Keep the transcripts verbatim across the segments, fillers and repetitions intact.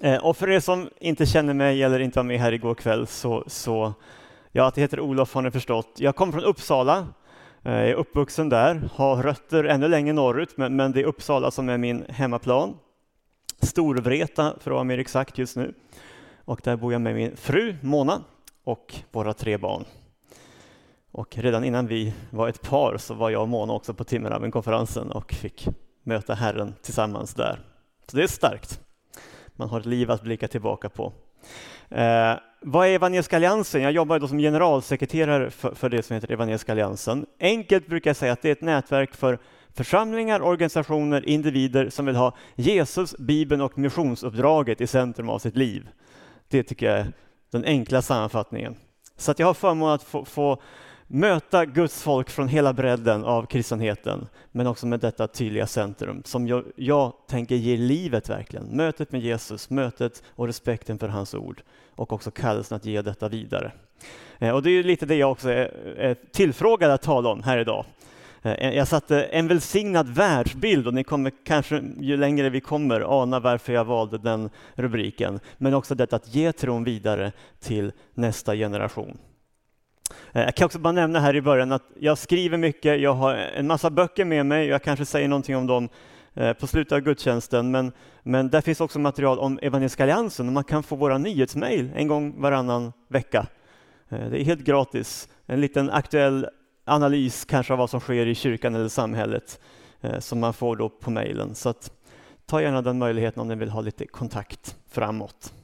Och för er som inte känner mig eller inte var med här igår kväll så, så ja, att det heter Olof har ni förstått. Jag kommer från Uppsala, jag är uppvuxen där, har rötter ännu längre norrut, men, men det är Uppsala som är min hemmaplan. Storvreta för att vara mer exakt just nu. Och där bor jag med min fru Mona och våra tre barn. Och redan innan vi var ett par så var jag och Mona också på Timmerhaven-konferensen och fick möta Herren tillsammans där. Så det är starkt. Man har ett liv att blicka tillbaka på. Eh, vad är Evangeliska alliansen? Jag jobbar då som generalsekreterare för, för det som heter Evangeliska alliansen. Enkelt brukar jag säga att det är ett nätverk för församlingar, organisationer, individer som vill ha Jesus, Bibeln och missionsuppdraget i centrum av sitt liv. Det tycker jag är den enkla sammanfattningen. Så att jag har förmånen att få, få möta Guds folk från hela bredden av kristenheten, men också med detta tydliga centrum som jag, jag tänker ger livet verkligen. Mötet med Jesus, mötet och respekten för hans ord och också kallelsen att ge detta vidare. Eh, och det är ju lite det jag också är, är tillfrågad att tala om här idag. Eh, jag satte en välsignad världsbild och ni kommer kanske ju längre vi kommer ana varför jag valde den rubriken. Men också detta att ge tron vidare till nästa generation. Jag kan också bara nämna här i början att jag skriver mycket, jag har en massa böcker med mig, jag kanske säger någonting om dem på slutet av gudstjänsten, men, men där finns också material om Evangeliska alliansen och man kan få våra nyhetsmail en gång varannan vecka. Det är helt gratis, en liten aktuell analys kanske av vad som sker i kyrkan eller samhället som man får då på mejlen. Så att, ta gärna den möjligheten om ni vill ha lite kontakt framåt.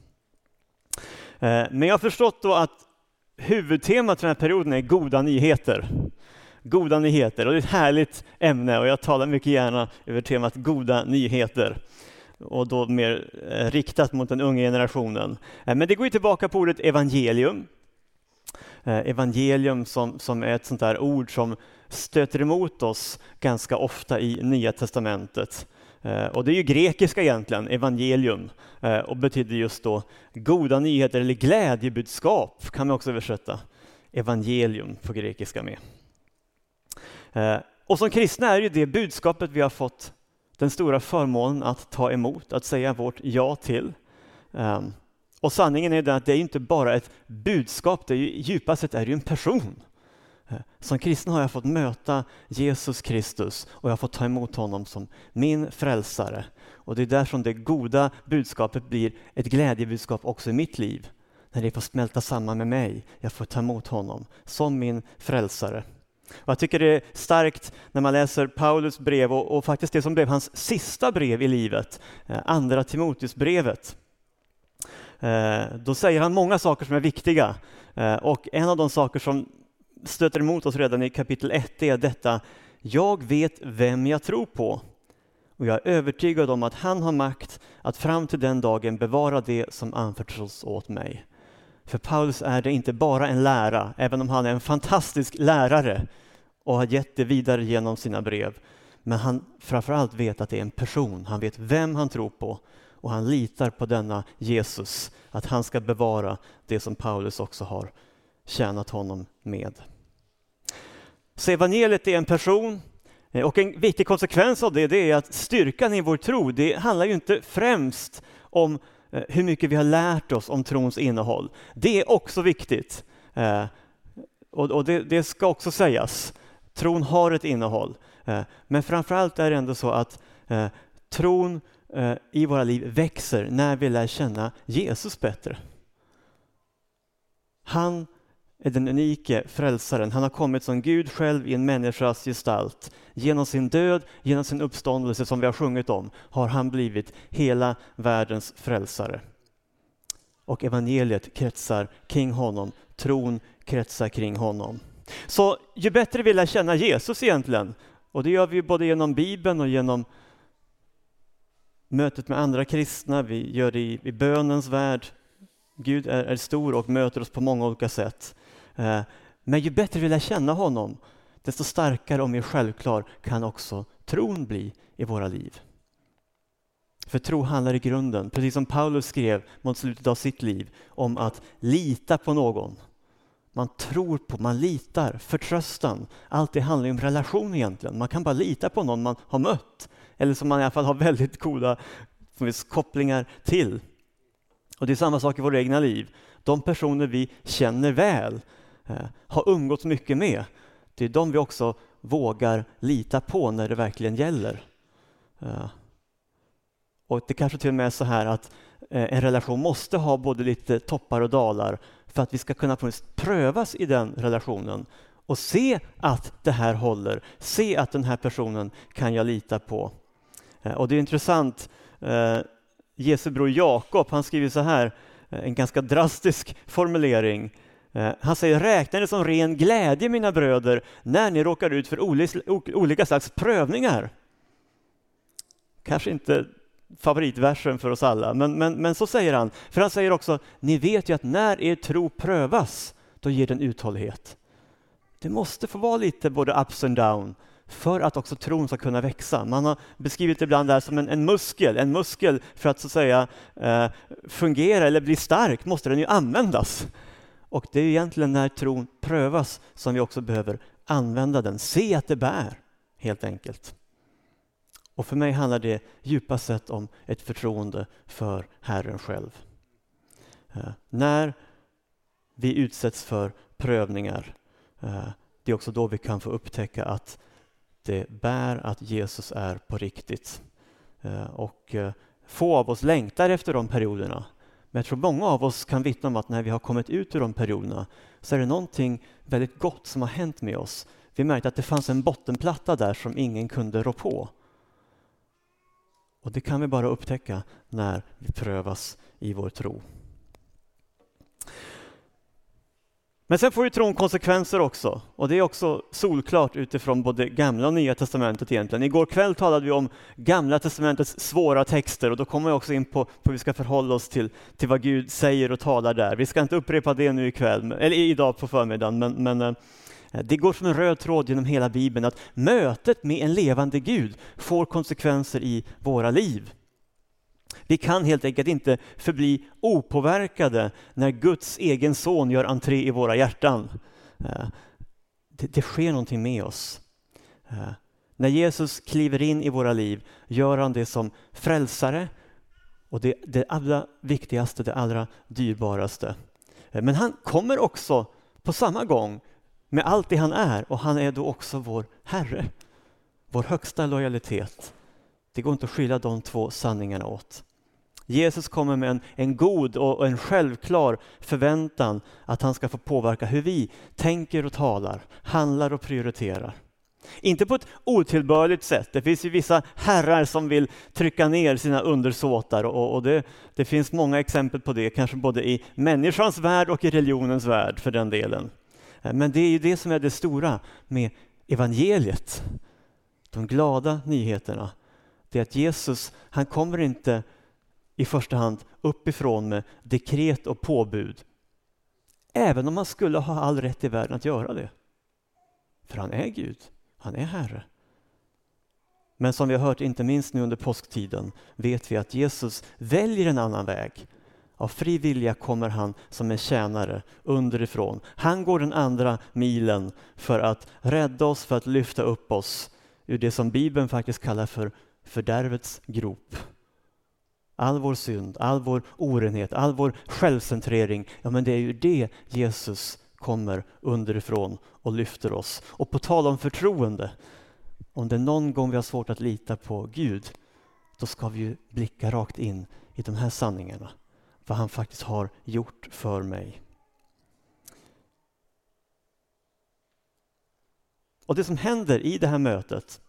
Men jag har förstått då att huvudtemat för den här perioden är goda nyheter. Goda nyheter, och det är ett härligt ämne och jag talar mycket gärna över temat goda nyheter. Och då mer eh, riktat mot den unga generationen. Eh, men det går ju tillbaka på ordet evangelium. Eh, evangelium som, som är ett sånt där ord som stöter emot oss ganska ofta i Nya testamentet. Eh, och det är ju grekiska egentligen, evangelium. Eh, och betyder just då goda nyheter eller glädjebudskap kan man också översätta. Evangelium på grekiska med. Eh, och som kristna är ju det budskapet vi har fått den stora förmånen att ta emot, att säga vårt ja till. Eh, och sanningen är den att det är inte bara ett budskap, det är ju, djupast sett är det ju en person. Eh, som kristen har jag fått möta Jesus Kristus och jag har fått ta emot honom som min frälsare. Och det är där som det goda budskapet blir ett glädjebudskap också i mitt liv. När det får smälta samman med mig, jag får ta emot honom som min frälsare. Och jag tycker det är starkt när man läser Paulus brev och, och faktiskt det som blev hans sista brev i livet, eh, andra Timoteusbrevet. Eh, då säger han många saker som är viktiga. Eh, och en av de saker som stöter emot oss redan i kapitel ett är detta: jag vet vem jag tror på. Och jag är övertygad om att han har makt att fram till den dagen bevara det som anförtros åt mig. För Paulus är det inte bara en lära, även om han är en fantastisk lärare och har gett det vidare genom sina brev. Men han framförallt vet att det är en person. Han vet vem han tror på och han litar på denna Jesus. Att han ska bevara det som Paulus också har tjänat honom med. Så evangeliet är en person. Och en viktig konsekvens av det, det är att styrkan i vår tro, det handlar ju inte främst om hur mycket vi har lärt oss om trons innehåll. Det är också viktigt. Eh, och och det, det ska också sägas. Tron har ett innehåll. Eh, men framförallt är det ändå så att eh, tron eh, i våra liv växer när vi lär känna Jesus bättre. Han är den unike frälsaren. Han har kommit som Gud själv i en människas gestalt. Genom sin död, genom sin uppståndelse som vi har sjungit om, har han blivit hela världens frälsare. Och evangeliet kretsar kring honom. Tron kretsar kring honom. Så ju bättre vi lär känna Jesus egentligen, och det gör vi både genom Bibeln och genom mötet med andra kristna, vi gör det i, i bönens värld. Gud är, är stor och möter oss på många olika sätt. Men ju bättre vi lär känna honom, desto starkare och mer självklar kan också tron bli i våra liv. För tro handlar i grunden, precis som Paulus skrev mot slutet av sitt liv, om att lita på någon. Man tror på, man litar, förtröstan. Allt det handlar om relation egentligen. Man kan bara lita på någon man har mött. Eller som man i alla fall har väldigt goda kopplingar till. Och det är samma sak i våra egna liv. De personer vi känner väl, eh, har umgåtts mycket med, det är de vi också vågar lita på när det verkligen gäller. Eh, och det kanske till och med är så här att eh, en relation måste ha både lite toppar och dalar för att vi ska kunna prövas i den relationen och se att det här håller, se att den här personen kan jag lita på. Eh, och det är intressant, eh, Jesu bror Jakob, han skriver så här, en ganska drastisk formulering. Han säger: räkna det som ren glädje, mina bröder, när ni råkar ut för olika slags prövningar. Kanske inte favoritversen för oss alla, men, men, men så säger han. För han säger också, ni vet ju att när er tro prövas, då ger den uthållighet. Det måste få vara lite både ups and down för att också tron ska kunna växa. Man har beskrivit det ibland där som en, en muskel. En muskel för att så att säga eh, fungera eller bli stark måste den ju användas. Och det är egentligen när tron prövas som vi också behöver använda den. Se att det bär, helt enkelt. Och för mig handlar det djupast sett om ett förtroende för Herren själv. Eh, när vi utsätts för prövningar, eh, det är också då vi kan få upptäcka att det bär, att Jesus är på riktigt. Och få av oss längtar efter de perioderna. Men jag tror många av oss kan vittna om att när vi har kommit ut ur de perioderna så är det någonting väldigt gott som har hänt med oss. Vi märkte att det fanns en bottenplatta där som ingen kunde rå på. Och det kan vi bara upptäcka när vi prövas i vår tro. Men sen får ju tron konsekvenser också. Och det är också solklart utifrån både gamla och nya testamentet egentligen. Igår kväll talade vi om gamla testamentets svåra texter. Och då kommer vi också in på hur vi ska förhålla oss till, till vad Gud säger och talar där. Vi ska inte upprepa det nu ikväll, eller idag på förmiddagen. Men, men det går som en röd tråd genom hela Bibeln att mötet med en levande Gud får konsekvenser i våra liv. Vi kan helt enkelt inte förbli opåverkade när Guds egen son gör entré i våra hjärtan. Det, det sker någonting med oss. När Jesus kliver in i våra liv gör han det som frälsare och det, det allra viktigaste, det allra dyrbaraste. Men han kommer också på samma gång med allt det han är, och han är då också vår Herre. Vår högsta lojalitet. Det går inte att skilja de två sanningarna åt. Jesus kommer med en, en god och en självklar förväntan att han ska få påverka hur vi tänker och talar, handlar och prioriterar. Inte på ett otillbörligt sätt. Det finns ju vissa herrar som vill trycka ner sina undersåtar och, och det, det finns många exempel på det, kanske både i människans värld och i religionens värld för den delen. Men det är ju det som är det stora med evangeliet. De glada nyheterna. Det är att Jesus, han kommer inte i första hand uppifrån med dekret och påbud. Även om man skulle ha all rätt i världen att göra det. För han är Gud, han är Herre. Men som vi har hört, inte minst nu under påsktiden, vet vi att Jesus väljer en annan väg. Av fri vilja kommer han som en tjänare underifrån. Han går den andra milen för att rädda oss, för att lyfta upp oss ur det som Bibeln faktiskt kallar för fördärvets grop. All vår synd, all vår orenhet, all vår självcentrering, ja men det är ju det Jesus kommer underifrån och lyfter oss. Och på tal om förtroende, om det någon gång vi har svårt att lita på Gud, då ska vi ju blicka rakt in i de här sanningarna. Vad han faktiskt har gjort för mig. Och det som händer i det här mötet,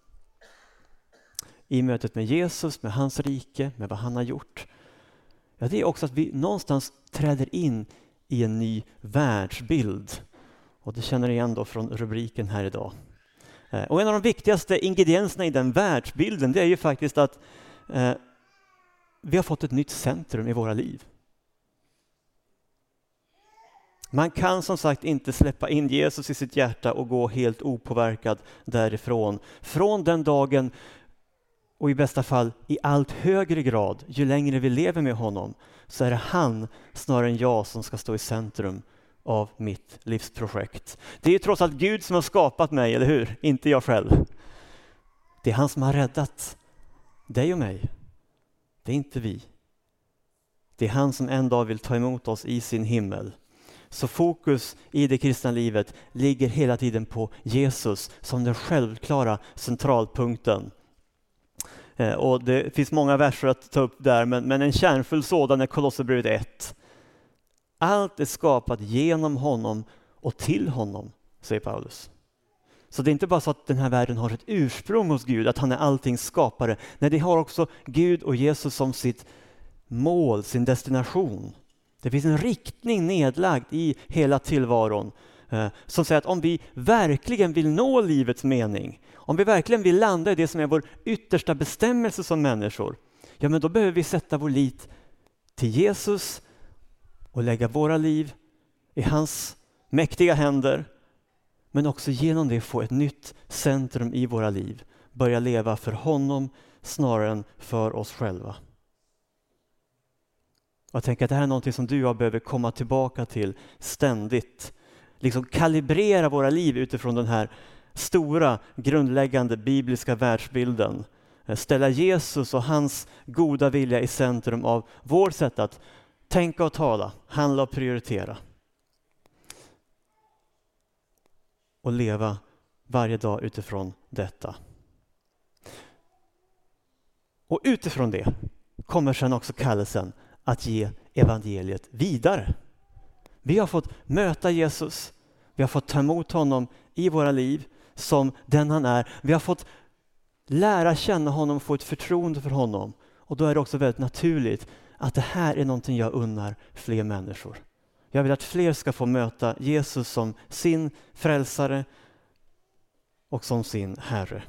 i mötet med Jesus, med hans rike, med vad han har gjort, ja, det är också att vi någonstans träder in i en ny världsbild. Och det känner igen då från rubriken här idag. Och en av de viktigaste ingredienserna i den världsbilden, det är ju faktiskt att eh, vi har fått ett nytt centrum i våra liv. Man kan som sagt inte släppa in Jesus i sitt hjärta och gå helt opåverkad därifrån. Från den dagen, och i bästa fall i allt högre grad, ju längre vi lever med honom, så är det han snarare än jag som ska stå i centrum av mitt livsprojekt. Det är ju trots allt Gud som har skapat mig, eller hur? Inte jag själv. Det är han som har räddat dig och mig. Det är inte vi. Det är han som en dag vill ta emot oss i sin himmel. Så fokus i det kristna livet ligger hela tiden på Jesus som den självklara centralpunkten. Eh, och det finns många verser att ta upp där, men, men en kärnfull sådan är Kolosserbrevet ett. Allt är skapat genom honom och till honom, säger Paulus. Så det är inte bara så att den här världen har ett ursprung hos Gud, att han är alltings skapare. Nej, det har också Gud och Jesus som sitt mål, sin destination. Det finns en riktning nedlagd i hela tillvaron eh, som säger att om vi verkligen vill nå livets mening, om vi verkligen vill landa i det som är vår yttersta bestämmelse som människor, ja men då behöver vi sätta vår lit till Jesus och lägga våra liv i hans mäktiga händer, men också genom det få ett nytt centrum i våra liv. Börja leva för honom snarare än för oss själva. Jag tänker att det här är något som du och jag behöver komma tillbaka till ständigt. Liksom kalibrera våra liv utifrån den här stora, grundläggande bibliska världsbilden. Ställa Jesus och hans goda vilja i centrum av vårt sätt att tänka och tala, handla och prioritera. Och leva varje dag utifrån detta. Och utifrån det kommer sedan också kallelsen att ge evangeliet vidare. Vi har fått möta Jesus. Vi har fått ta emot honom i våra liv som den han är. Vi har fått lära känna honom och få ett förtroende för honom. Och då är det också väldigt naturligt att det här är någonting jag unnar fler människor. Jag vill att fler ska få möta Jesus som sin frälsare och som sin Herre.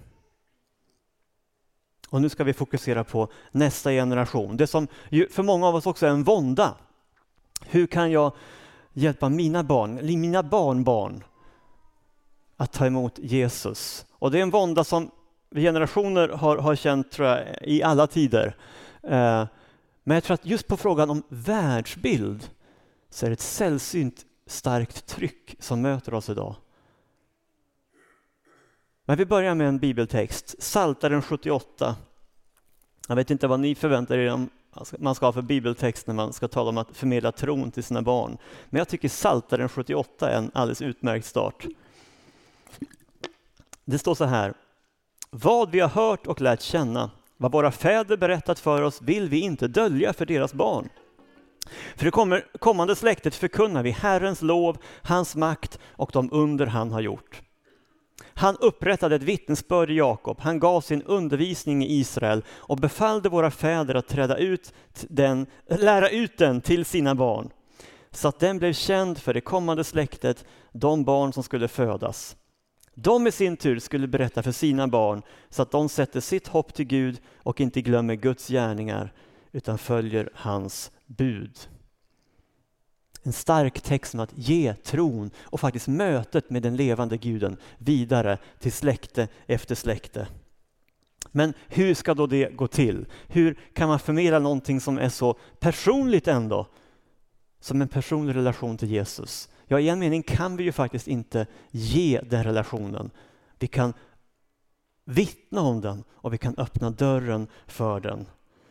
Och nu ska vi fokusera på nästa generation. Det som för många av oss också är en vånda. Hur kan jag hjälpa mina barn, eller mina barnbarn att ta emot Jesus? Och det är en vånda som generationer har, har känt, tror jag, i alla tider. Eh, men jag tror att just på frågan om världsbild så är det ett sällsynt starkt tryck som möter oss idag. Men vi börjar med en bibeltext, Psaltaren sjuttioåtta. Jag vet inte vad ni förväntar er om man ska ha för bibeltext när man ska tala om att förmedla tron till sina barn. Men jag tycker Psaltaren sjuttioåtta är en alldeles utmärkt start. Det står så här: vad vi har hört och lärt känna, vad våra fäder berättat för oss, vill vi inte dölja för deras barn. För det kommer, kommande släktet förkunnar vi Herrens lov, hans makt och de under han har gjort. Han upprättade ett vittnesbörd i Jakob, han gav sin undervisning i Israel och befallde våra fäder att träda ut den, lära ut den till sina barn, så att den blev känd för det kommande släktet, de barn som skulle födas. De i sin tur skulle berätta för sina barn, så att de sätter sitt hopp till Gud och inte glömmer Guds gärningar, utan följer hans bud. En stark text om att ge tron och faktiskt mötet med den levande Guden vidare till släkte efter släkte. Men hur ska då det gå till? Hur kan man förmedla någonting som är så personligt ändå? Som en personlig relation till Jesus. Ja, i en mening kan vi ju faktiskt inte ge den relationen. Vi kan vittna om den och vi kan öppna dörren för den.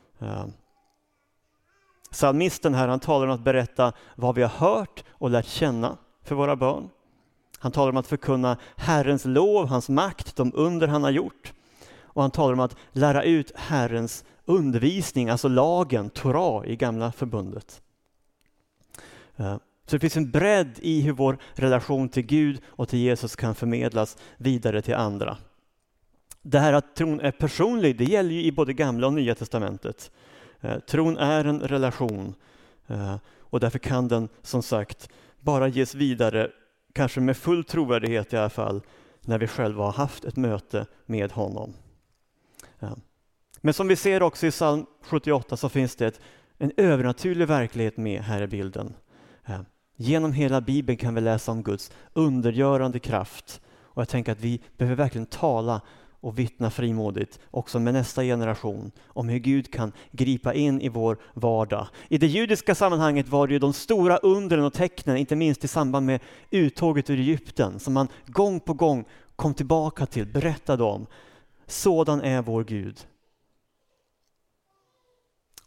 Psalmisten här, han talar om att berätta vad vi har hört och lärt känna för våra barn. Han talar om att förkunna Herrens lov, hans makt, de under han har gjort. Och han talar om att lära ut Herrens undervisning, alltså lagen, Torah i gamla förbundet. Så det finns en bredd i hur vår relation till Gud och till Jesus kan förmedlas vidare till andra. Det här att tron är personlig, det gäller ju i både gamla och nya testamentet. Tron är en relation och därför kan den som sagt bara ges vidare, kanske med full trovärdighet i alla fall, när vi själva har haft ett möte med honom. Men som vi ser också i psalm sjuttioåtta så finns det ett, en övernaturlig verklighet med här i bilden. Genom hela Bibeln kan vi läsa om Guds undergörande kraft, och jag tänker att vi behöver verkligen tala och vittna frimodigt också med nästa generation om hur Gud kan gripa in i vår vardag. I det judiska sammanhanget var det ju de stora undren och tecknen, inte minst i samband med uttåget ur Egypten, som man gång på gång kom tillbaka till, berättade om. Sådan är vår Gud.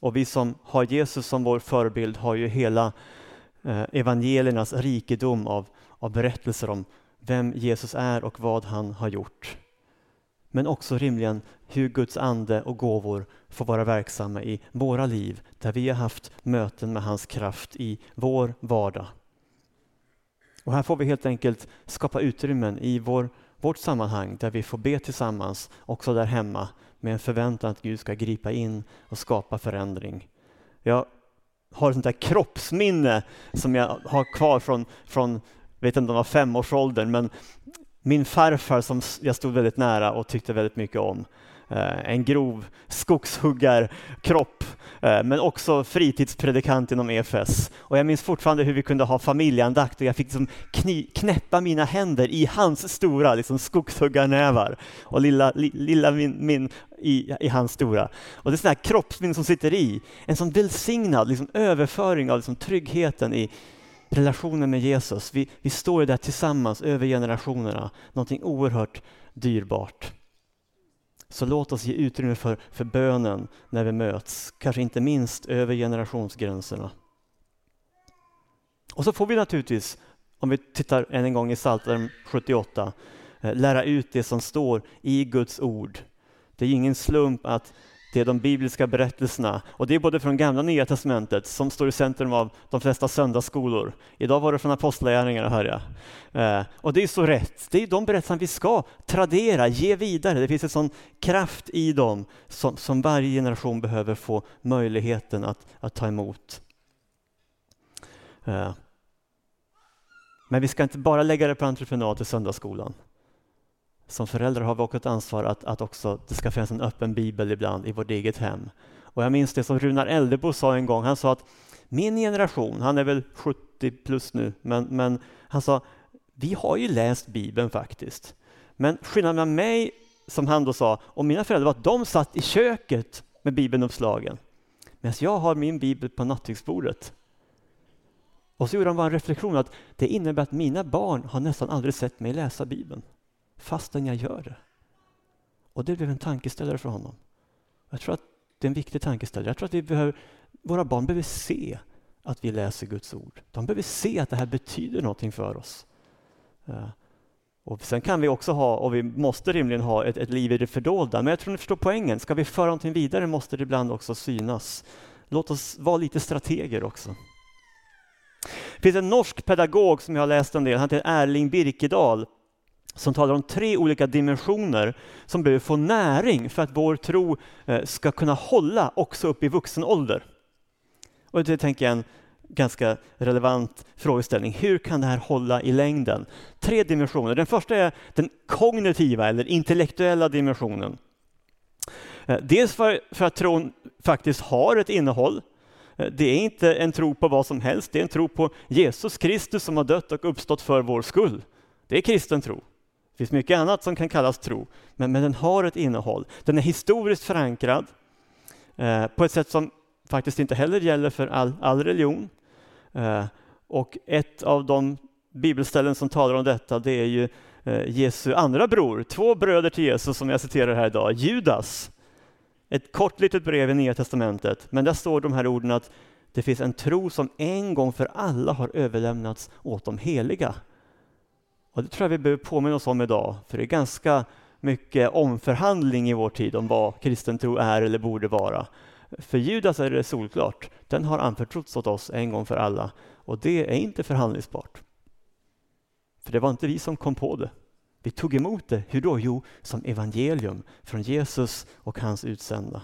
Och vi som har Jesus som vår förebild har ju hela eh, evangeliernas rikedom av, av berättelser om vem Jesus är och vad han har gjort. Men också rimligen hur Guds ande och gåvor får vara verksamma i våra liv, där vi har haft möten med hans kraft i vår vardag. Och här får vi helt enkelt skapa utrymmen i vår, vårt sammanhang, där vi får be tillsammans, också där hemma, med en förväntan att Gud ska gripa in och skapa förändring. Jag har ett sånt där kroppsminne som jag har kvar från, från vet inte om det var femårsåldern, men min farfar som jag stod väldigt nära och tyckte väldigt mycket om. Eh, en grov skogshuggarkropp, eh, men också fritidspredikant inom E F S. Och jag minns fortfarande hur vi kunde ha familjeandakt och jag fick liksom kni- knäppa mina händer i hans stora liksom, skogshuggarnävar och lilla, li, lilla min, min i, i hans stora. Och det är sån här kroppsminne som sitter i. En sån välsignad liksom, överföring av liksom, tryggheten i relationen med Jesus. Vi, vi står ju där tillsammans över generationerna. Någonting oerhört dyrbart. Så låt oss ge utrymme för, för bönen när vi möts. Kanske inte minst över generationsgränserna. Och så får vi naturligtvis, om vi tittar än en gång i Psaltaren sjuttioåtta, lära ut det som står i Guds ord. Det är ingen slump att det är de bibliska berättelserna, och det är både från gamla och nya testamentet som står i centrum av de flesta söndagsskolor. Idag var det från apostlagärningarna, hör jag. Eh, och det är så rätt. Det är de berättelser vi ska tradera, ge vidare. Det finns en sån kraft i dem som, som varje generation behöver få möjligheten att, att ta emot. Eh. Men vi ska inte bara lägga det på entreprenad till söndagsskolan. Som föräldrar har vi också ett ansvar att, att också det ska finnas en öppen bibel ibland i vårt eget hem. Och jag minns det som Runar Eldebo sa en gång. Han sa att min generation, han är väl sjuttio plus nu, men, men han sa, vi har ju läst Bibeln faktiskt. Men skillnaden med mig, som han då sa, och mina föräldrar var att de satt i köket med Bibeln uppslagen. Medan jag har min bibel på nattduksbordet. Och så gjorde han bara en reflektion att det innebär att mina barn har nästan aldrig sett mig läsa Bibeln. Fastän jag gör det. Och det blev en tankeställare för honom. Jag tror att det är en viktig tankeställare. Jag tror att vi behöver, våra barn behöver se att vi läser Guds ord. De behöver se att det här betyder någonting för oss. Ja. Och sen kan vi också ha, och vi måste rimligen ha ett, ett liv i det fördolda. Men jag tror ni förstår poängen. Ska vi föra någonting vidare måste det ibland också synas. Låt oss vara lite strateger också. Det finns en norsk pedagog som jag har läst en del. Han heter Erling Birkedal. Som talar om tre olika dimensioner som behöver få näring för att vår tro ska kunna hålla också upp i vuxen ålder. Och det tänker jag är en ganska relevant frågeställning. Hur kan det här hålla i längden? Tre dimensioner. Den första är den kognitiva eller intellektuella dimensionen. Dels för, för att tron faktiskt har ett innehåll. Det är inte en tro på vad som helst. Det är en tro på Jesus Kristus som har dött och uppstått för vår skull. Det är kristen tro. Det finns mycket annat som kan kallas tro, men, men den har ett innehåll. Den är historiskt förankrad eh, på ett sätt som faktiskt inte heller gäller för all, all religion. Eh, och ett av de bibelställen som talar om detta, det är ju eh, Jesu andra bror, två bröder till Jesus som jag citerar här idag, Judas. Ett kort litet brev i Nya testamentet, men där står de här orden att det finns en tro som en gång för alla har överlämnats åt de heliga. Och det tror jag vi behöver påminna oss om idag, för det är ganska mycket omförhandling i vår tid om vad kristen tro är eller borde vara. För Judas är det solklart, den har anförtrotts åt oss en gång för alla, och det är inte förhandlingsbart. För det var inte vi som kom på det. Vi tog emot det, hur då? Jo, som evangelium från Jesus och hans utsända.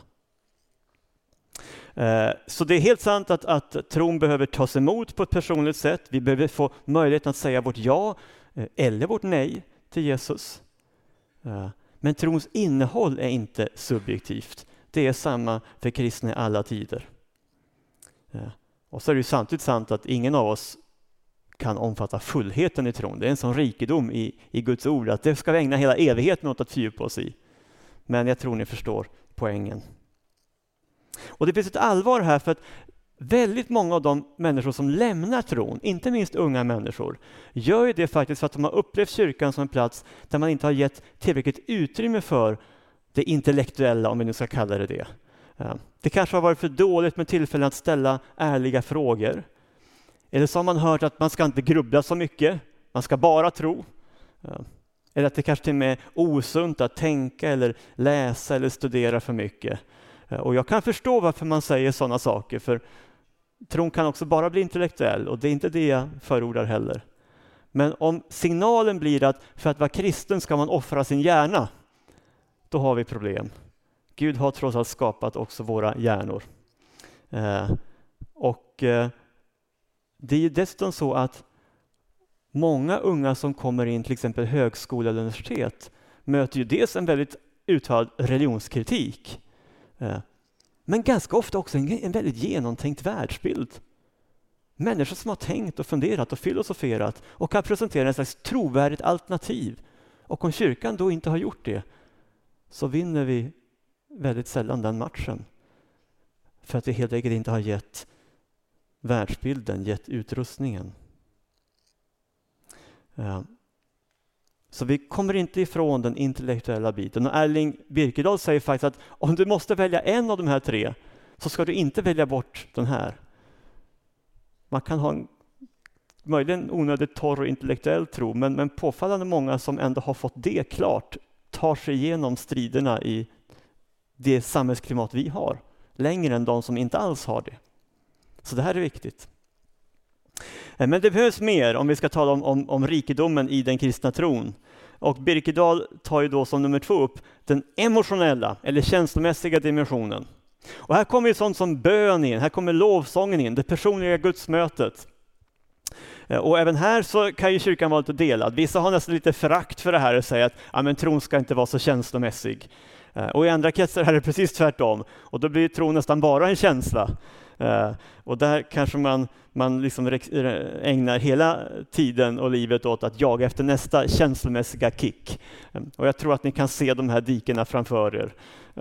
Så det är helt sant att, att tron behöver tas emot på ett personligt sätt. Vi behöver få möjlighet att säga vårt ja eller vårt nej till Jesus. Men trons innehåll är inte subjektivt. Det är samma för kristna i alla tider. Och så är det ju samtidigt sant att ingen av oss kan omfatta fullheten i tron. Det är en sån rikedom i, i Guds ord att det ska vi ägna hela evigheten åt att fördjupa oss i. Men jag tror ni förstår poängen. Och det finns ett allvar här, för att väldigt många av de människor som lämnar tron, inte minst unga människor, gör ju det faktiskt för att de har upplevt kyrkan som en plats där man inte har gett tillräckligt utrymme för det intellektuella, om vi nu ska kalla det det. Det kanske har varit för dåligt med tillfällen att ställa ärliga frågor. Eller så har man hört att man ska inte grubbla så mycket, man ska bara tro. Eller att det kanske till och med är osunt att tänka eller läsa eller studera för mycket. Och jag kan förstå varför man säger sådana saker, för tron kan också bara bli intellektuell och det är inte det jag förordar heller. Men om signalen blir att för att vara kristen ska man offra sin hjärna, då har vi problem. Gud har trots allt skapat också våra hjärnor. Eh, och eh, det är ju dessutom så att många unga som kommer in till exempel högskola eller universitet möter ju dels en väldigt uttalad religionskritik. Eh, men ganska ofta också en, en väldigt genomtänkt världsbild. Människor som har tänkt och funderat och filosoferat och kan presentera en slags trovärdigt alternativ. Och om kyrkan då inte har gjort det, så vinner vi väldigt sällan den matchen. För att vi helt enkelt inte har gett världsbilden, gett utrustningen. Ja. Så vi kommer inte ifrån den intellektuella biten. Och Erling Birkedal säger faktiskt att om du måste välja en av de här tre, så ska du inte välja bort den här. Man kan ha en möjligen onödigt torr och intellektuell tro, men, men påfallande många som ändå har fått det klart tar sig igenom striderna i det samhällsklimat vi har, längre än de som inte alls har det. Så det här är viktigt. Men det behövs mer om vi ska tala om, om, om rikedomen i den kristna tron. Och Birkedal tar ju då som nummer två upp den emotionella eller känslomässiga dimensionen. Och här kommer ju sånt som bön in, här kommer lovsången in, det personliga gudsmötet. Och även här så kan ju kyrkan vara lite delad. Vissa har nästan lite förakt för det här och säger att ja, men tron ska inte vara så känslomässig. Och i andra kretsar är det precis tvärtom. Och då blir tron nästan bara en känsla. Och där kanske man, man liksom ägnar hela tiden och livet åt att jaga efter nästa känslomässiga kick. Och jag tror att ni kan se de här dikena framför er.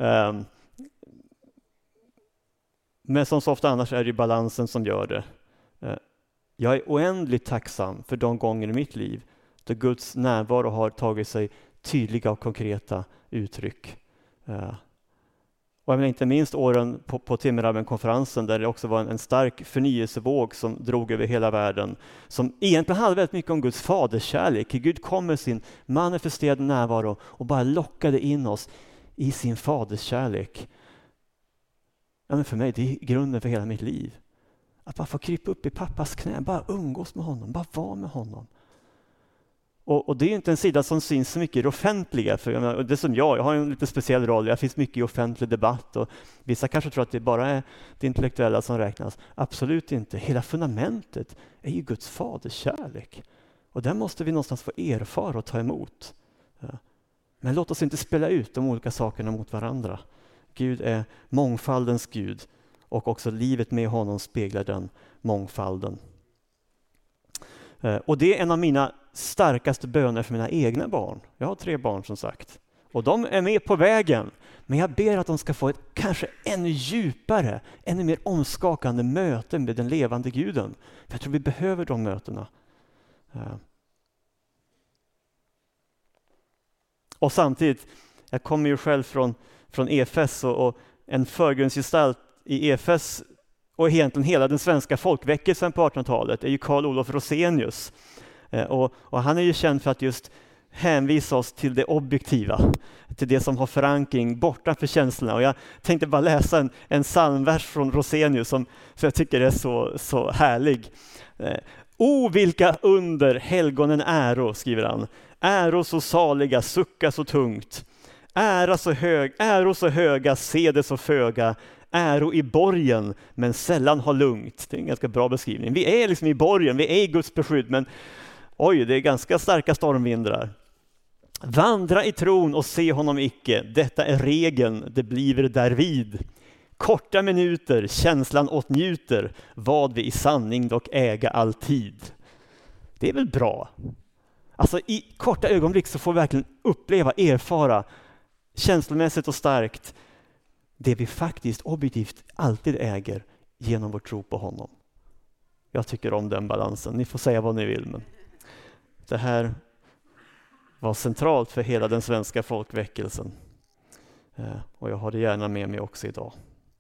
Men som så ofta annars är det balansen som gör det. Jag är oändligt tacksam för de gånger i mitt liv då Guds närvaro har tagit sig tydliga och konkreta uttryck. Och jag menar, inte minst åren på, på Timmerabben-konferensen där det också var en, en stark förnyelsevåg som drog över hela världen. Som egentligen handlade väldigt mycket om Guds faderskärlek. Gud kom med sin manifesterade närvaro och bara lockade in oss i sin faderskärlek. Ja, men för mig, det är grunden för hela mitt liv. Att bara få krypa upp i pappas knä, bara umgås med honom, bara vara med honom. Och, och det är inte en sida som syns så mycket i det offentliga. För jag menar, det som jag, jag har en lite speciell roll, jag finns mycket i offentlig debatt. Och vissa kanske tror att det bara är det intellektuella som räknas. Absolut inte. Hela fundamentet är ju Guds faderskärlek. Och den måste vi någonstans få erfara och ta emot. Ja. Men låt oss inte spela ut de olika sakerna mot varandra. Gud är mångfaldens Gud. Och också livet med honom speglar den mångfalden. Och det är en av mina starkaste böner för mina egna barn. Jag har tre barn som sagt. Och de är med på vägen. Men jag ber att de ska få ett kanske ännu djupare, ännu mer omskakande möte med den levande guden. För jag tror vi behöver de mötena. Och samtidigt, jag kommer ju själv från, från E F S och, och en förgrundsgestalt i E F S och egentligen hela den svenska folkväckelsen på artonhundratalet är ju Carl Olof Rosenius. Eh, och, och han är ju känd för att just hänvisa oss till det objektiva, till det som har förankring bortanför känslorna. Och jag tänkte bara läsa en, en psalmvers från Rosenius som för jag tycker är så, så härlig. Eh, o vilka under helgonen äro, skriver han. Äro så saliga, sucka så tungt. Ära så hög, äro så höga, se det så föga. Äro i borgen, men sällan har lugnt. Det är en ganska bra beskrivning. Vi är liksom i borgen, vi är i Guds beskydd, men oj, det är ganska starka stormvindrar. Vandra i tron och se honom icke. Detta är regeln, det bliver därvid. Korta minuter, känslan åtnjuter, vad vi i sanning dock äga alltid. Det är väl bra? Alltså i korta ögonblick så får vi verkligen uppleva, erfara känslomässigt och starkt det vi faktiskt objektivt alltid äger genom vår tro på honom. Jag tycker om den balansen. Ni får säga vad ni vill, men det här var centralt för hela den svenska folkväckelsen. Och jag har det gärna med mig också idag.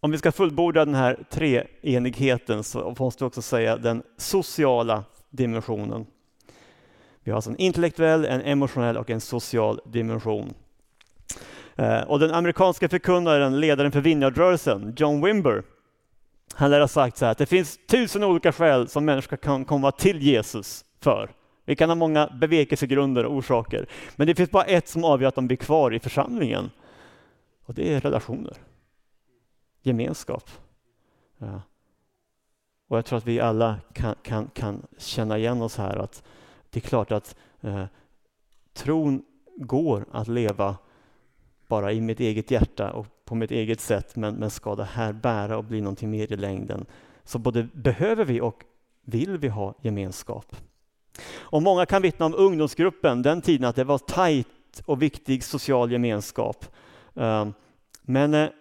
Om vi ska fullborda den här treenigheten så måste vi också säga den sociala dimensionen. Vi har alltså en intellektuell, en emotionell och en social dimension. Och den amerikanska förkunnaren, ledaren för Vineyardrörelsen, John Wimber, han lär ha sagt så här att det finns tusen olika skäl som människor kan komma till Jesus för. Vi kan ha många bevekelsegrunder och orsaker, men det finns bara ett som avgör att de blir kvar i församlingen. Och det är relationer. Gemenskap. Ja. Och jag tror att vi alla kan, kan, kan känna igen oss här att det är klart att eh, tron går att leva bara i mitt eget hjärta och på mitt eget sätt, men, men ska det här bära och bli någonting mer i längden så både behöver vi och vill vi ha gemenskap. Och många kan vittna om ungdomsgruppen den tiden att det var tajt och viktig social gemenskap. Uh, men uh,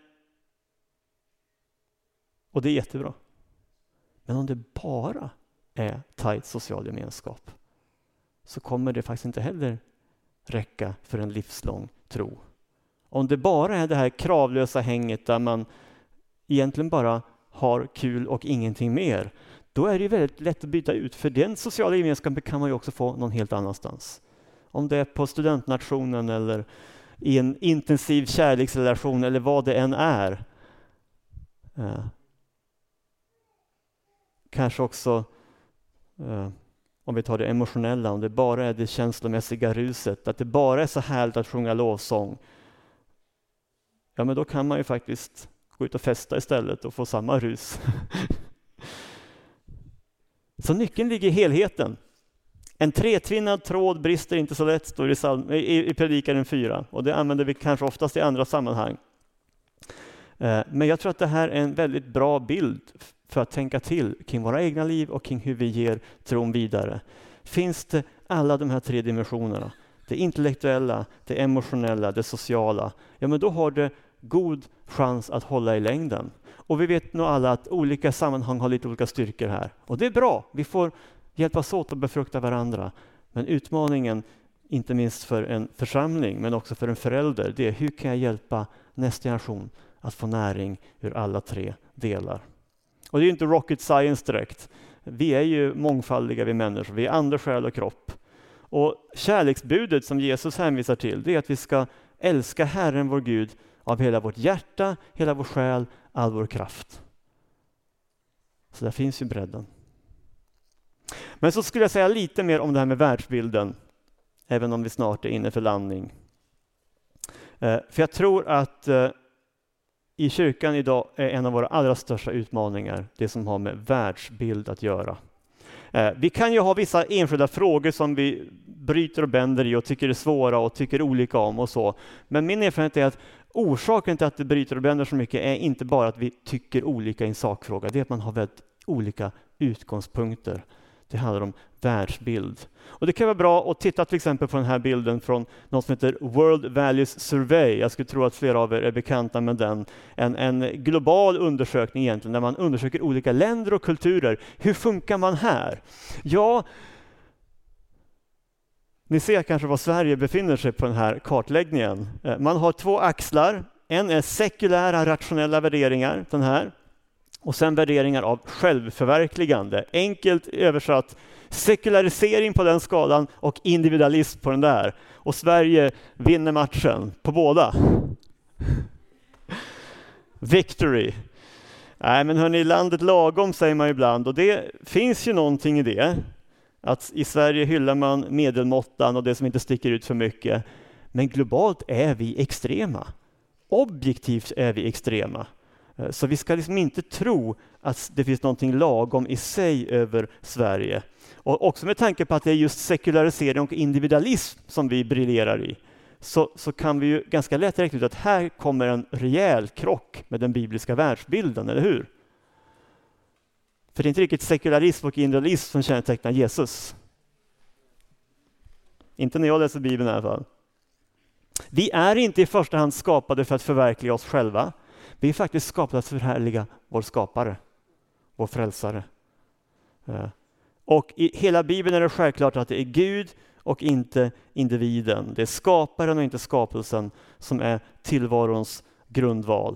och det är jättebra. Men om det bara är tajt social gemenskap så kommer det faktiskt inte heller räcka för en livslång tro. Om det bara är det här kravlösa hänget där man egentligen bara har kul och ingenting mer, då är det ju väldigt lätt att byta ut. För den sociala gemenskapen kan man ju också få någon helt annanstans. Om det är på studentnationen eller i en intensiv kärleksrelation eller vad det än är. Eh, kanske också, eh, om vi tar det emotionella, om det bara är det känslomässiga ruset, att det bara är så härligt att sjunga lovsång. Ja, men då kan man ju faktiskt gå ut och festa istället och få samma rus. Så nyckeln ligger i helheten. En tretvinnad tråd brister inte så lätt, står i, psalm, i, i Predikaren fyra. Och det använder vi kanske oftast i andra sammanhang. Eh, men jag tror att det här är en väldigt bra bild för att tänka till kring våra egna liv och kring hur vi ger tron vidare. Finns det alla de här tre dimensionerna? Det intellektuella, det emotionella, det sociala. Ja, men då har det god chans att hålla i längden. Och vi vet nog alla att olika sammanhang har lite olika styrkor här. Och det är bra, vi får hjälpas åt att befrukta varandra. Men utmaningen, inte minst för en församling, men också för en förälder, det är hur kan jag hjälpa nästa generation att få näring ur alla tre delar. Och det är ju inte rocket science direkt. Vi är ju mångfaldiga vi människor, vi är andra, själ och kropp. Och kärleksbudet som Jesus hänvisar till, det är att vi ska älska Herren vår Gud av hela vårt hjärta, hela vår själ, all vår kraft. Så där finns ju bredden. Men så skulle jag säga lite mer om det här med världsbilden, även om vi snart är inne för landning. Eh, för jag tror att eh, i kyrkan idag är en av våra allra största utmaningar det som har med världsbild att göra. Eh, vi kan ju ha vissa enskilda frågor som vi bryter och bänder i och tycker är svåra och tycker olika om och så. Men min erfarenhet är att orsaken till att det bryter och bänder så mycket är inte bara att vi tycker olika i en sakfråga. Det är att man har väldigt olika utgångspunkter. Det handlar om världsbild. Och det kan vara bra att titta till exempel på den här bilden från något som heter World Values Survey. Jag skulle tro att flera av er är bekanta med den. En, en global undersökning egentligen, där man undersöker olika länder och kulturer. Hur funkar man här? Ja, ni ser kanske var Sverige befinner sig på den här kartläggningen. Man har två axlar. En är sekulära, rationella värderingar, den här. Och sen värderingar av självförverkligande. Enkelt översatt, sekularisering på den skalan och individualism på den där. Och Sverige vinner matchen på båda. Victory. Nej, men hörni, landet lagom säger man ibland. Och det finns ju någonting i det. Att i Sverige hyllar man medelmåttan och det som inte sticker ut för mycket. Men globalt är vi extrema. Objektivt är vi extrema. Så vi ska liksom inte tro att det finns någonting lagom i sig över Sverige. Och också med tanke på att det är just sekularisering och individualism som vi briljerar i. Så, så kan vi ju ganska lätt räkna ut att här kommer en rejäl krock med den bibliska världsbilden, eller hur? För det är inte riktigt sekularism och individualism som kännetecknar Jesus. Inte när jag läser Bibeln i alla fall. Vi är inte i första hand skapade för att förverkliga oss själva. Vi är faktiskt skapade att förhärliga vår skapare, vår frälsare. Och i hela Bibeln är det självklart att det är Gud och inte individen. Det är skaparen och inte skapelsen som är tillvarons grundval.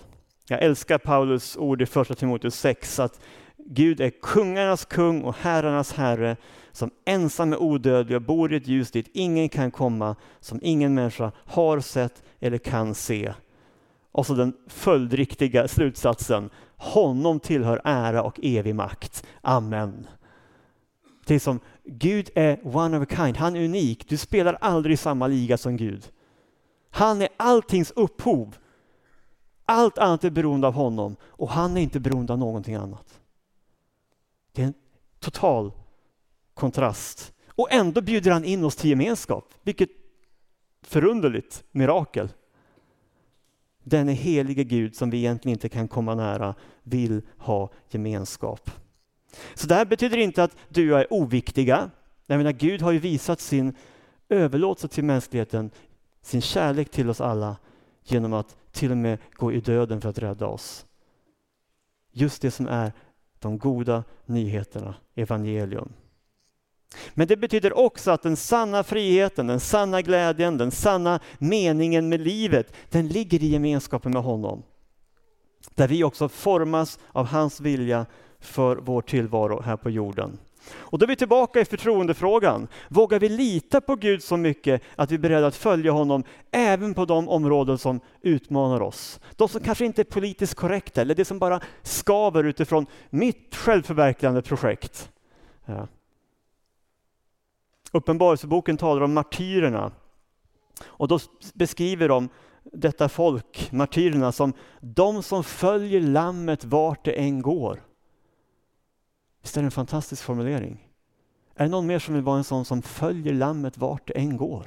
Jag älskar Paulus ord i första Timoteus sex, att Gud är kungarnas kung och herrarnas herre, som ensam är odödlig och bor i ett ljus dit ingen kan komma, som ingen människa har sett eller kan se. Och så den följdriktiga slutsatsen: honom tillhör ära och evig makt. Amen. Det är som, Gud är one of a kind, han är unik. Du spelar aldrig i samma liga som Gud. Han är alltings upphov. Allt annat är beroende av honom och han är inte beroende av någonting annat. Det är en total kontrast. Och ändå bjuder han in oss till gemenskap. Vilket förunderligt mirakel. Den är helige Gud som vi egentligen inte kan komma nära vill ha gemenskap. Så det här betyder inte att du och jag är oviktiga. Jag menar, Gud har ju visat sin överlåtelse till mänskligheten, sin kärlek till oss alla, genom att till och med gå i döden för att rädda oss. Just det som är de goda nyheterna, evangelium. Men det betyder också att den sanna friheten, den sanna glädjen, den sanna meningen med livet, den ligger i gemenskapen med honom. Där vi också formas av hans vilja för vår tillvaro här på jorden. Och då är vi tillbaka i förtroendefrågan. Vågar vi lita på Gud så mycket att vi är beredda att följa honom även på de områden som utmanar oss? De som kanske inte är politiskt korrekta, eller det som bara skaver utifrån mitt självförverkligande projekt. Ja. Uppenbarelseboken talar om martyrerna. Och då beskriver de detta folk, martyrerna, som de som följer lammet vart det än går. Visst är det en fantastisk formulering? Är det någon mer som vill vara en sån som följer lammet vart det än går?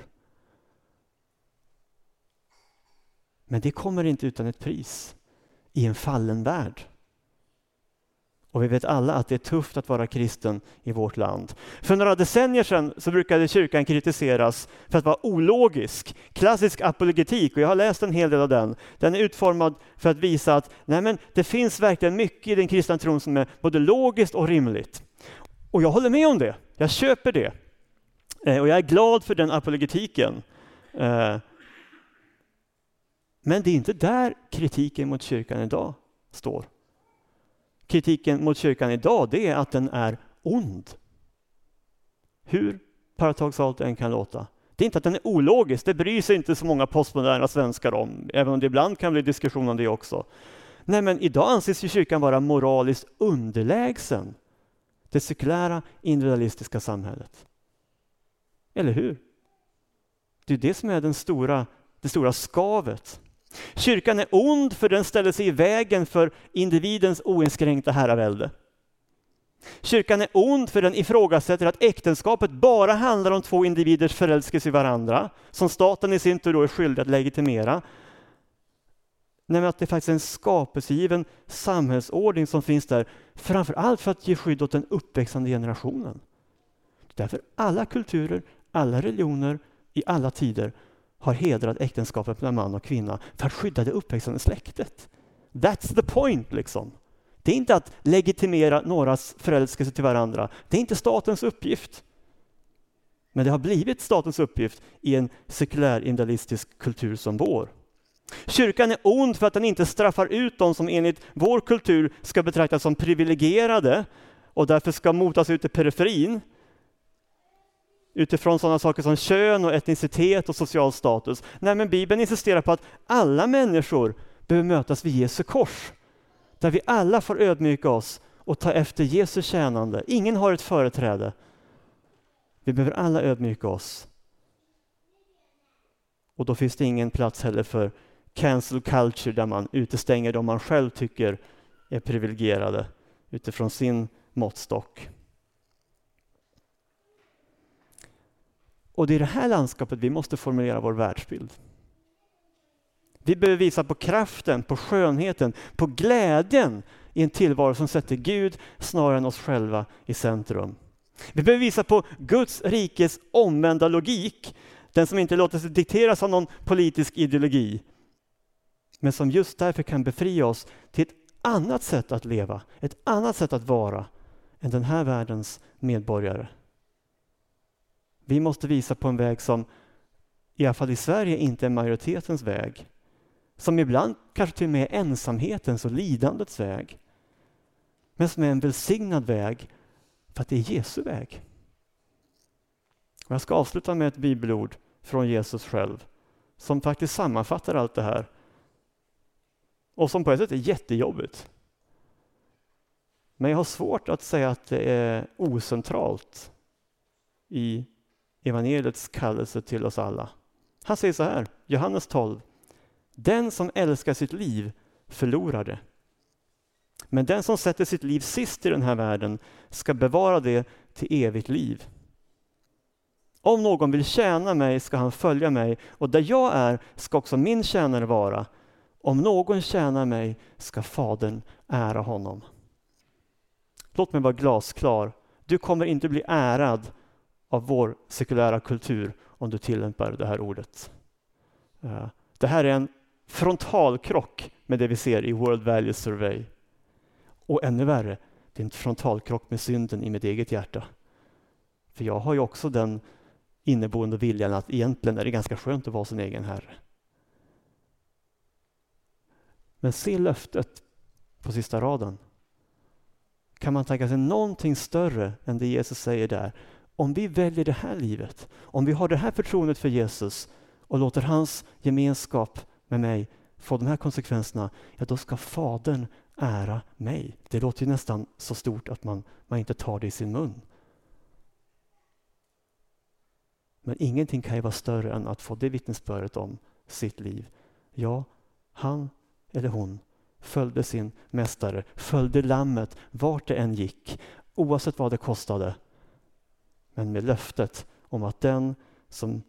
Men det kommer inte utan ett pris i en fallen värld. Och vi vet alla att det är tufft att vara kristen i vårt land. För några decennier sedan så brukade kyrkan kritiseras för att vara ologisk. Klassisk apologetik, och jag har läst en hel del av den. Den är utformad för att visa att nej men, det finns verkligen mycket i den kristna tron som är både logiskt och rimligt. Och jag håller med om det. Jag köper det. Och jag är glad för den apologetiken. Men det är inte där kritiken mot kyrkan idag står. Kritiken mot kyrkan idag, det är att den är ond. Hur paradoxalt det än kan låta. Det är inte att den är ologisk, det bryr sig inte så många postmoderna svenskar om, även om det ibland kan bli diskussion om det också. Nej, men idag anses ju kyrkan vara moraliskt underlägsen det sekulära individualistiska samhället. Eller hur? Det är det som är den stora, det stora skavet. Kyrkan är ond för den ställer sig i vägen för individens oinskränkta herravälde. Kyrkan är ond för den ifrågasätter att äktenskapet bara handlar om två individers förälskelse i varandra, som staten i sin tur då är skyldig att legitimera. Nej, men att det faktiskt är en skapelsegiven samhällsordning som finns där, framför allt för att ge skydd åt den uppväxande generationen. Därför alla kulturer, alla religioner i alla tider har hedrat äktenskapet mellan man och kvinna för att skydda det uppväxande släktet. That's the point liksom. Det är inte att legitimera någras förälskelse till varandra. Det är inte statens uppgift. Men det har blivit statens uppgift i en sekulär individualistisk kultur som vår. Kyrkan är ond för att den inte straffar ut de som enligt vår kultur ska betraktas som privilegierade och därför ska motas ut i periferin. Utifrån sådana saker som kön och etnicitet och social status. Nej, men Bibeln insisterar på att alla människor behöver mötas vid Jesu kors. Där vi alla får ödmjuka oss och ta efter Jesu tjänande. Ingen har ett företräde. Vi behöver alla ödmjuka oss. Och då finns det ingen plats heller för cancel culture där man utestänger de man själv tycker är privilegierade utifrån sin måttstock. Och det är det här landskapet vi måste formulera vår världsbild. Vi behöver visa på kraften, på skönheten, på glädjen i en tillvaro som sätter Gud snarare än oss själva i centrum. Vi behöver visa på Guds rikes omvända logik, den som inte låter sig dikteras av någon politisk ideologi, men som just därför kan befria oss till ett annat sätt att leva, ett annat sätt att vara än den här världens medborgare. Vi måste visa på en väg som i alla fall i Sverige inte är majoritetens väg. som ibland kanske till och med är ensamhetens och lidandets väg, men som är en välsignad väg för att det är Jesu väg. Och jag ska avsluta med ett bibelord från Jesus själv som faktiskt sammanfattar allt det här och som på ett sätt är jättejobbigt. Men jag har svårt att säga att det är ocentralt i evangeliets kallelse till oss alla. Han säger så här, Johannes tolv. Den som älskar sitt liv förlorar det. Men den som sätter sitt liv sist i den här världen ska bevara det till evigt liv. Om någon vill tjäna mig ska han följa mig, och där jag är ska också min tjänare vara. Om någon tjänar mig ska Fadern ära honom. Låt mig vara glasklar. Du kommer inte bli ärad av vår sekulära kultur om du tillämpar det här ordet. Det här är en frontalkrock med det vi ser i World Values Survey. Och ännu värre, det är en frontalkrock med synden i mitt eget hjärta. För jag har ju också den inneboende viljan att egentligen är det ganska skönt att vara sin egen herre. Men se löftet på sista raden. Kan man tänka sig någonting större än det Jesus säger där? Om vi väljer det här livet, om vi har det här förtroendet för Jesus och låter hans gemenskap med mig få de här konsekvenserna, ja då ska Fadern ära mig. Det låter ju nästan så stort att man, man inte tar det i sin mun. Men ingenting kan ju vara större än att få det vittnesbördet om sitt liv. Ja, han eller hon följde sin mästare, följde lammet vart det än gick, oavsett vad det kostade. Men med löftet om att den som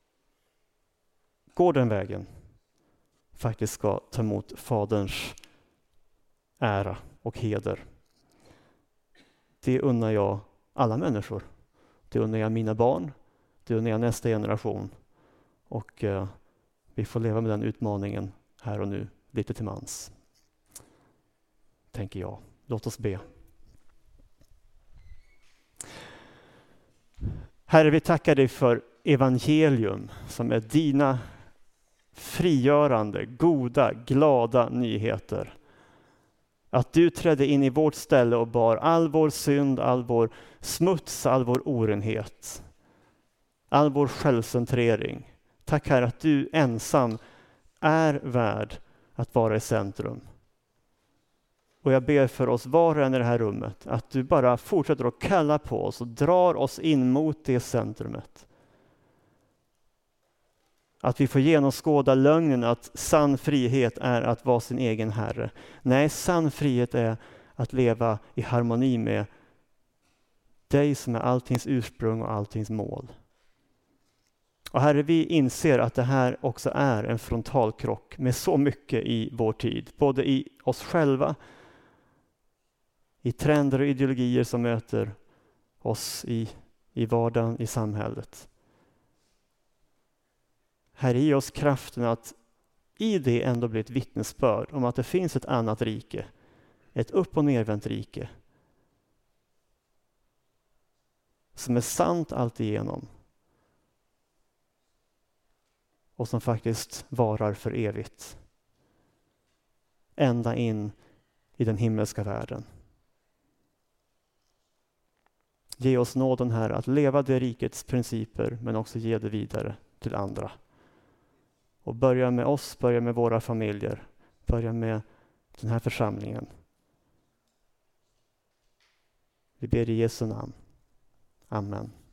går den vägen faktiskt ska ta emot Faderns ära och heder. Det unnar jag alla människor. Det unnar jag mina barn. Det unnar jag nästa generation. Och eh, vi får leva med den utmaningen här och nu, lite till mans. Tänker jag. Låt oss be. Herre, vi tackar dig för evangelium som är dina frigörande, goda, glada nyheter. Att du trädde in i vårt ställe och bar all vår synd, all vår smuts, all vår orenhet, all vår självcentrering. Tack Herre att du ensam är värd att vara i centrum. Och jag ber för oss var och en i det här rummet att du bara fortsätter att kalla på oss och drar oss in mot det centrumet. Att vi får genomskåda lögnen att sann frihet är att vara sin egen herre. Nej, sann frihet är att leva i harmoni med dig som är alltings ursprung och alltings mål. Och Herre, vi inser att det här också är en frontalkrock med så mycket i vår tid. Både i oss själva, i trender och ideologier som möter oss i, i vardagen, i samhället. Herre, ge oss kraften att i det ändå bli ett vittnesbörd om att det finns ett annat rike. Ett upp- och nervänt rike. Som är sant alltigenom. Och som faktiskt varar för evigt. Ända in i den himmelska världen. Ge oss nåden här att leva det rikets principer men också ge det vidare till andra. Och börja med oss, börja med våra familjer, börja med den här församlingen. Vi ber i Jesu namn. Amen.